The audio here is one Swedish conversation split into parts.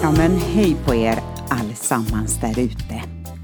Ja men hej på er allesammans där ute.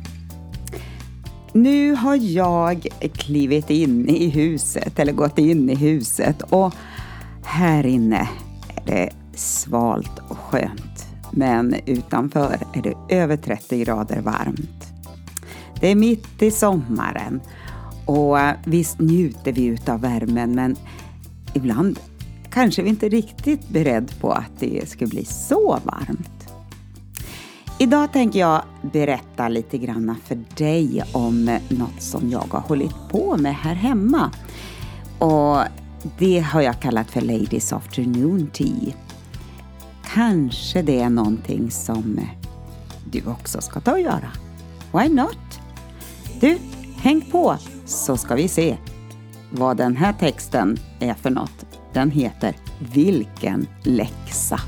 Nu har jag klivit in i huset eller gått in i huset och här inne är det svalt och skönt. Men utanför är det över 30 grader varmt. Det är mitt i sommaren och visst njuter vi utav värmen, men ibland kanske vi inte riktigt beredd på att det ska bli så varmt. Idag tänker jag berätta lite grann för dig om något som jag har hållit på med här hemma. Och det har jag kallat för Ladies Afternoon Tea. Kanske det är någonting som du också ska ta och göra. Why not? Du, häng på så ska vi se vad den här texten är för något. Den heter Vilken läxa.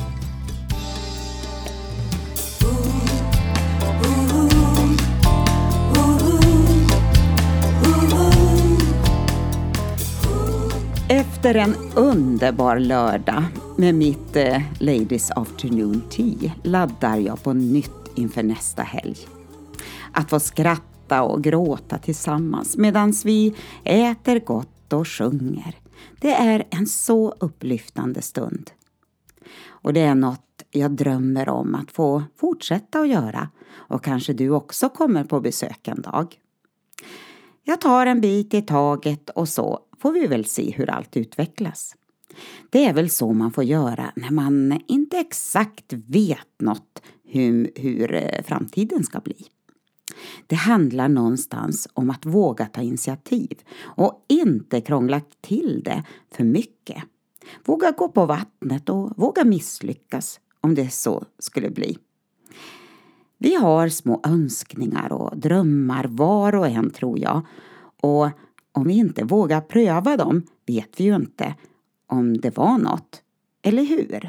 Efter en underbar lördag med mitt Ladies Afternoon Tea laddar jag på nytt inför nästa helg. Att få skratta och gråta tillsammans medan vi äter gott och sjunger. Det är en så upplyftande stund. Och det är något jag drömmer om att få fortsätta att göra. Och kanske du också kommer på besök en dag. Jag tar en bit i taget och så får vi väl se hur allt utvecklas. Det är väl så man får göra när man inte exakt vet något hur framtiden ska bli. Det handlar någonstans om att våga ta initiativ och inte krångla till det för mycket. Våga gå på vattnet och våga misslyckas om det så skulle bli. Vi har små önskningar och drömmar var och en, tror jag. Och om vi inte vågar pröva dem vet vi ju inte om det var något, eller hur?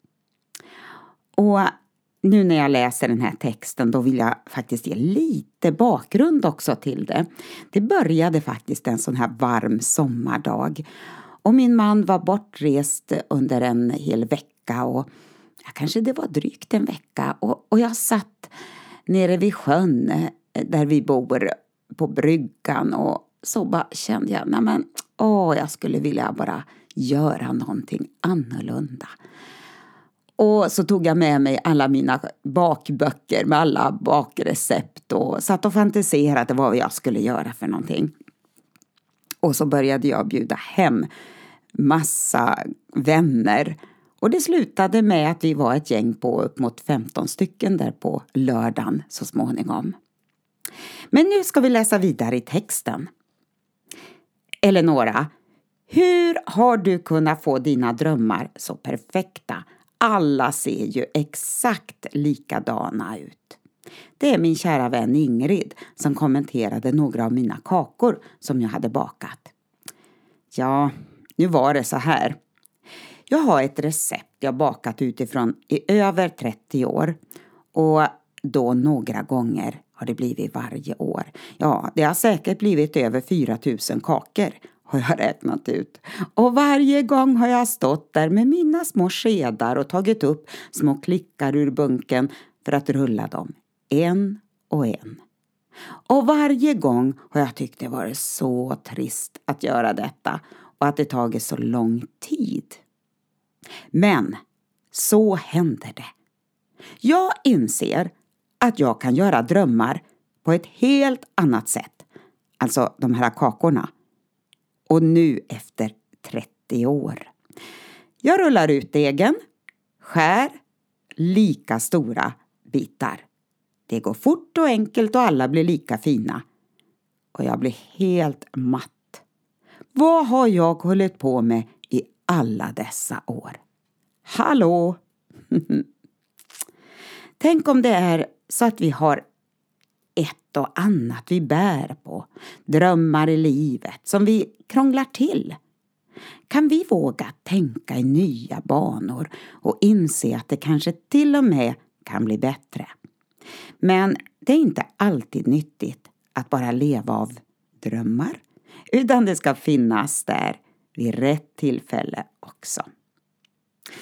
Och nu när jag läser den här texten då vill jag faktiskt ge lite bakgrund också till det. Det började faktiskt en sån här varm sommardag. Och min man var bortrest under en hel vecka och kanske det var drygt en vecka. Och jag satt nere vid sjön där vi bor på bryggan och så bara kände jag, jag skulle vilja bara göra någonting annorlunda. Och så tog jag med mig alla mina bakböcker med alla bakrecept och satt och fantiserade vad jag skulle göra för någonting. Och så började jag bjuda hem massa vänner. Och det slutade med att vi var ett gäng på upp mot 15 stycken där på lördagen så småningom. Men nu ska vi läsa vidare i texten. Eleonora, hur har du kunnat få dina drömmar så perfekta? Alla ser ju exakt likadana ut. Det är min kära vän Ingrid som kommenterade några av mina kakor som jag hade bakat. Ja, nu var det så här. Jag har ett recept jag bakat utifrån i över 30 år. Och då några gånger har det blivit varje år. Ja, det har säkert blivit över 4000 kakor har jag räknat ut. Och varje gång har jag stått där med mina små skedar och tagit upp små klickar ur bunken för att rulla dem. En och en. Och varje gång har jag tyckt det varit så trist att göra detta och att det tagit så lång tid. Men så händer det. Jag inser att jag kan göra drömmar på ett helt annat sätt. Alltså de här kakorna. Och nu efter 30 år. Jag rullar ut degen, skär lika stora bitar. Det går fort och enkelt och alla blir lika fina. Och jag blir helt matt. Vad har jag hållit på med i alla dessa år? Hallå! Tänk om det är så att vi har ett och annat vi bär på. Drömmar i livet som vi krånglar till. Kan vi våga tänka i nya banor och inse att det kanske till och med kan bli bättre. Men det är inte alltid nyttigt att bara leva av drömmar. Utan det ska finnas där vid rätt tillfälle också.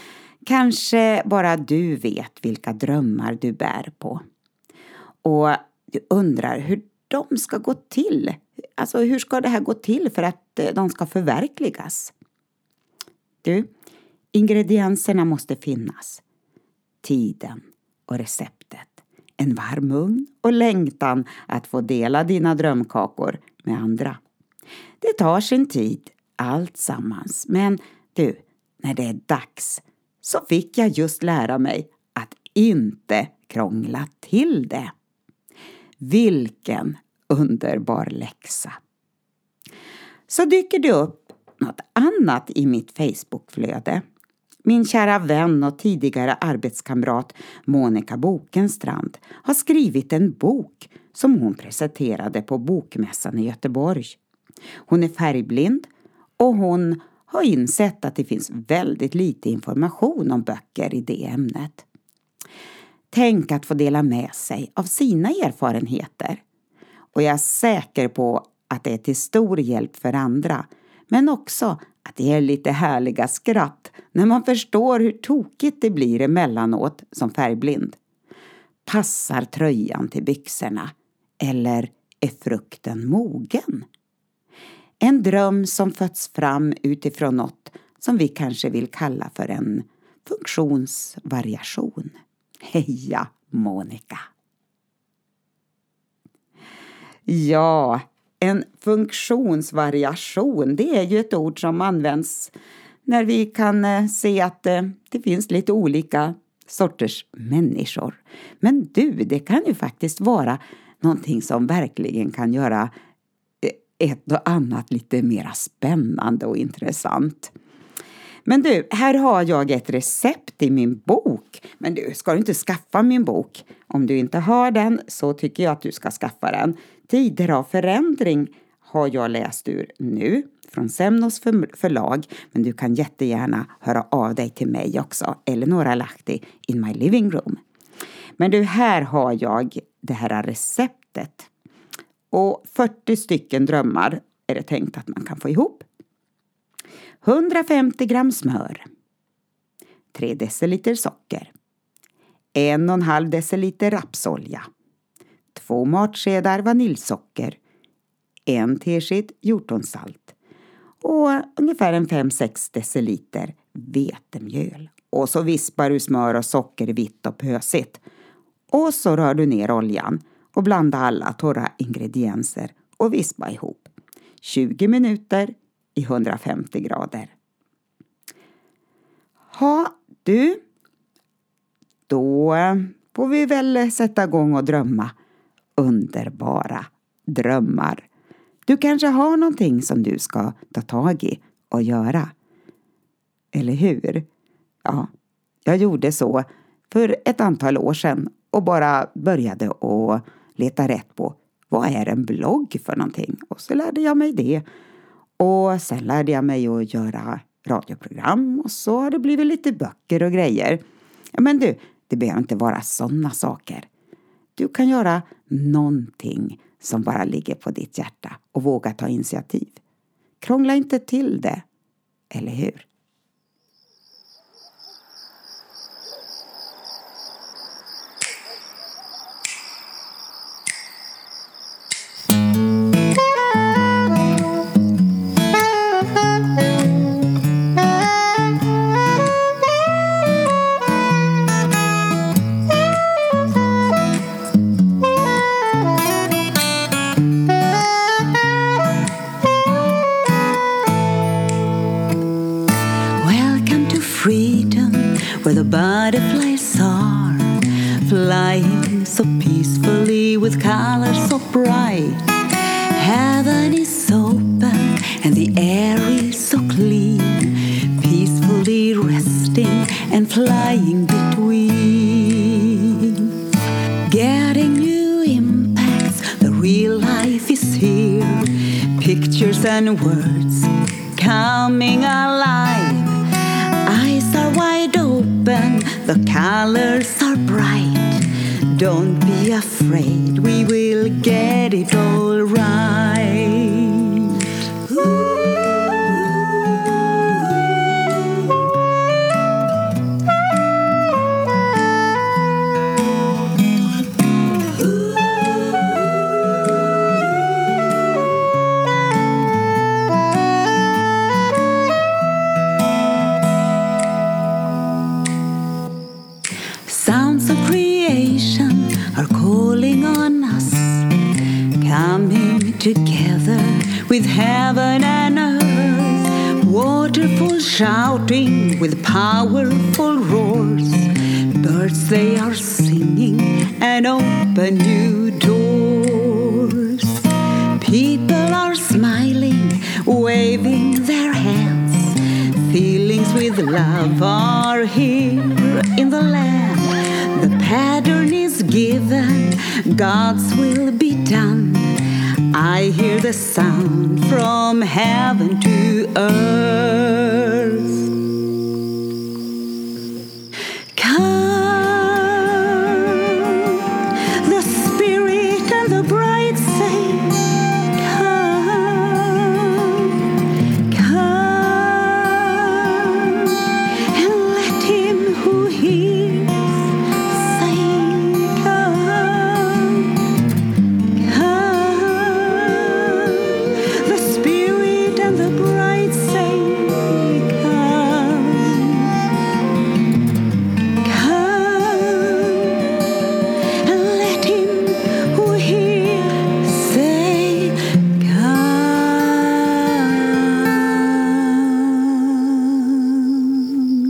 Kanske bara du vet vilka drömmar du bär på. Och du undrar hur de ska gå till. Alltså hur ska det här gå till för att de ska förverkligas? Du, ingredienserna måste finnas. Tiden och receptet. En varm ugn och längtan att få dela dina drömkakor med andra. Det tar sin tid, allt sammans. Men du, när det är dags så fick jag just lära mig att inte krångla till det. Vilken underbar läxa! Så dyker det upp något annat i mitt Facebookflöde. Min kära vän och tidigare arbetskamrat Monica Bokenstrand har skrivit en bok som hon presenterade på Bokmässan i Göteborg. Hon är färgblind och hon har insett att det finns väldigt lite information om böcker i det ämnet. Tänk att få dela med sig av sina erfarenheter. Och jag är säker på att det är till stor hjälp för andra. Men också att det är lite härliga skratt när man förstår hur tokigt det blir emellanåt som färgblind. Passar tröjan till byxorna? Eller är frukten mogen? En dröm som fötts fram utifrån något som vi kanske vill kalla för en funktionsvariation. Heja Monica! Ja, en funktionsvariation, det är ju ett ord som används när vi kan se att det finns lite olika sorters människor. Men du, det kan ju faktiskt vara någonting som verkligen kan göra ett och annat lite mer spännande och intressant. Men du, här har jag ett recept i min bok. Men du, ska du inte skaffa min bok? Om du inte har den så tycker jag att du ska skaffa den. Tider av förändring har jag läst ur nu från Semnos förlag. Men du kan jättegärna höra av dig till mig också. Eleonora Lahti in my living room. Men du, här har jag det här receptet. Och 40 stycken drömmar är det tänkt att man kan få ihop. 150 gram smör. 3 deciliter socker. 1,5 deciliter rapsolja. 2 matskedar vaniljsocker. 1 tesked hjortonsalt. Och ungefär 5-6 deciliter vetemjöl. Och så vispar du smör och socker vitt och pösigt. Och så rör du ner oljan och blanda alla torra ingredienser och vispa ihop. 20 minuter i 150 grader. Du, då får vi väl sätta igång och drömma. Underbara drömmar. Du kanske har någonting som du ska ta tag i och göra. Eller hur? Ja, jag gjorde så för ett antal år sedan och bara började att leta rätt på vad är en blogg för någonting. Och så lärde jag mig det. Och sen lärde jag mig att göra radioprogram och så har det blivit lite böcker och grejer. Men du, det behöver inte vara sådana saker. Du kan göra någonting som bara ligger på ditt hjärta och våga ta initiativ. Krångla inte till det, eller hur? Where the butterflies are flying so peacefully with colors so bright. Heaven is open and the air is so clean, peacefully resting and flying between. Getting new impacts, the real life is here. Pictures and words coming alive. Eyes are wide open, the colors are bright. Don't be afraid, we will get it all right. Ooh. are calling on us, coming together with heaven and earth, waterfall shouting with powerful roars, birds they are singing and open new doors, people are smiling, waving their hands, feelings with love are here in the land. The pattern is given, God's will be done. I hear the sound from heaven to earth. Come, the Spirit and the bride say, come, come, and let him who hears say, come, come. The Spirit and the bride say, come, come, and let him who hears say, come.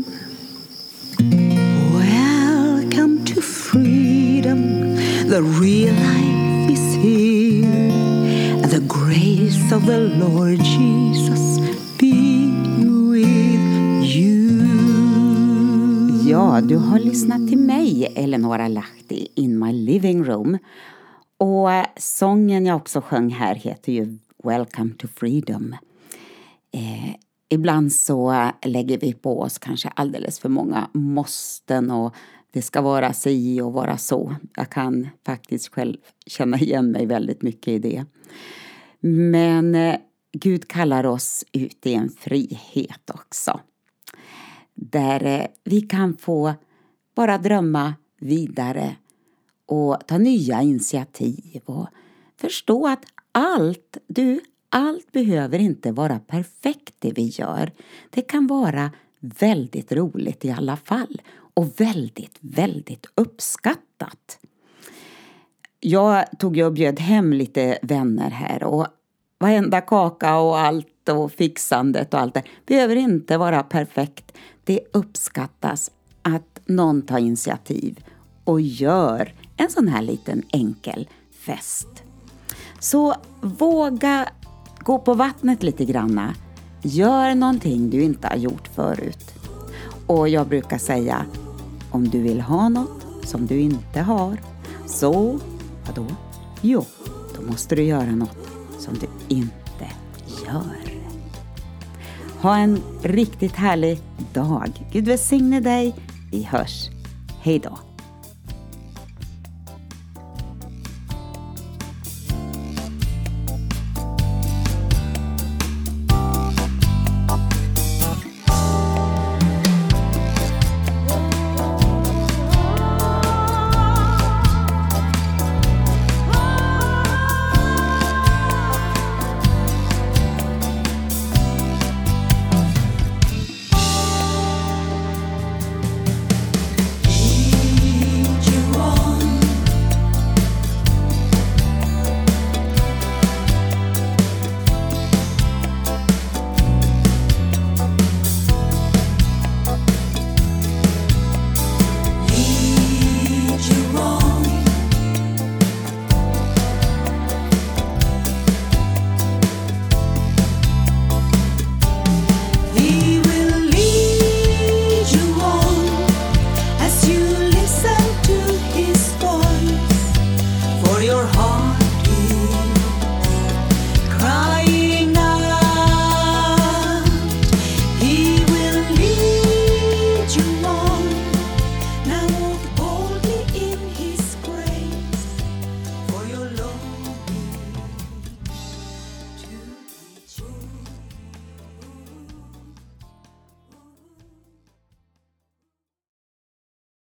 Welcome to freedom, the real life is here, and the grace of the Lord Jesus be with you. Ja, du har lyssnat till mig, Eleonora Lahti, in my living room. Och sången jag också sjöng här heter ju Welcome to Freedom. Ibland så lägger vi på oss kanske alldeles för många måsten och det ska vara si och vara så. Jag kan faktiskt själv känna igen mig väldigt mycket i det. Men Gud kallar oss ut i en frihet också. Där vi kan få bara drömma vidare och ta nya initiativ och förstå att allt behöver inte vara perfekt det vi gör. Det kan vara väldigt roligt i alla fall och väldigt, väldigt uppskattat. Jag tog och bjöd hem lite vänner här och varenda kaka och allt och fixandet och allt det behöver inte vara perfekt. Det uppskattas att någon tar initiativ och gör en sån här liten enkel fest. Så våga gå på vattnet lite granna. Gör någonting du inte har gjort förut. Och jag brukar säga, om du vill ha något som du inte har, så vadå? Jo, då måste du göra något som du inte gör. Ha en riktigt härlig dag. Gud välsigne dig. Vi hörs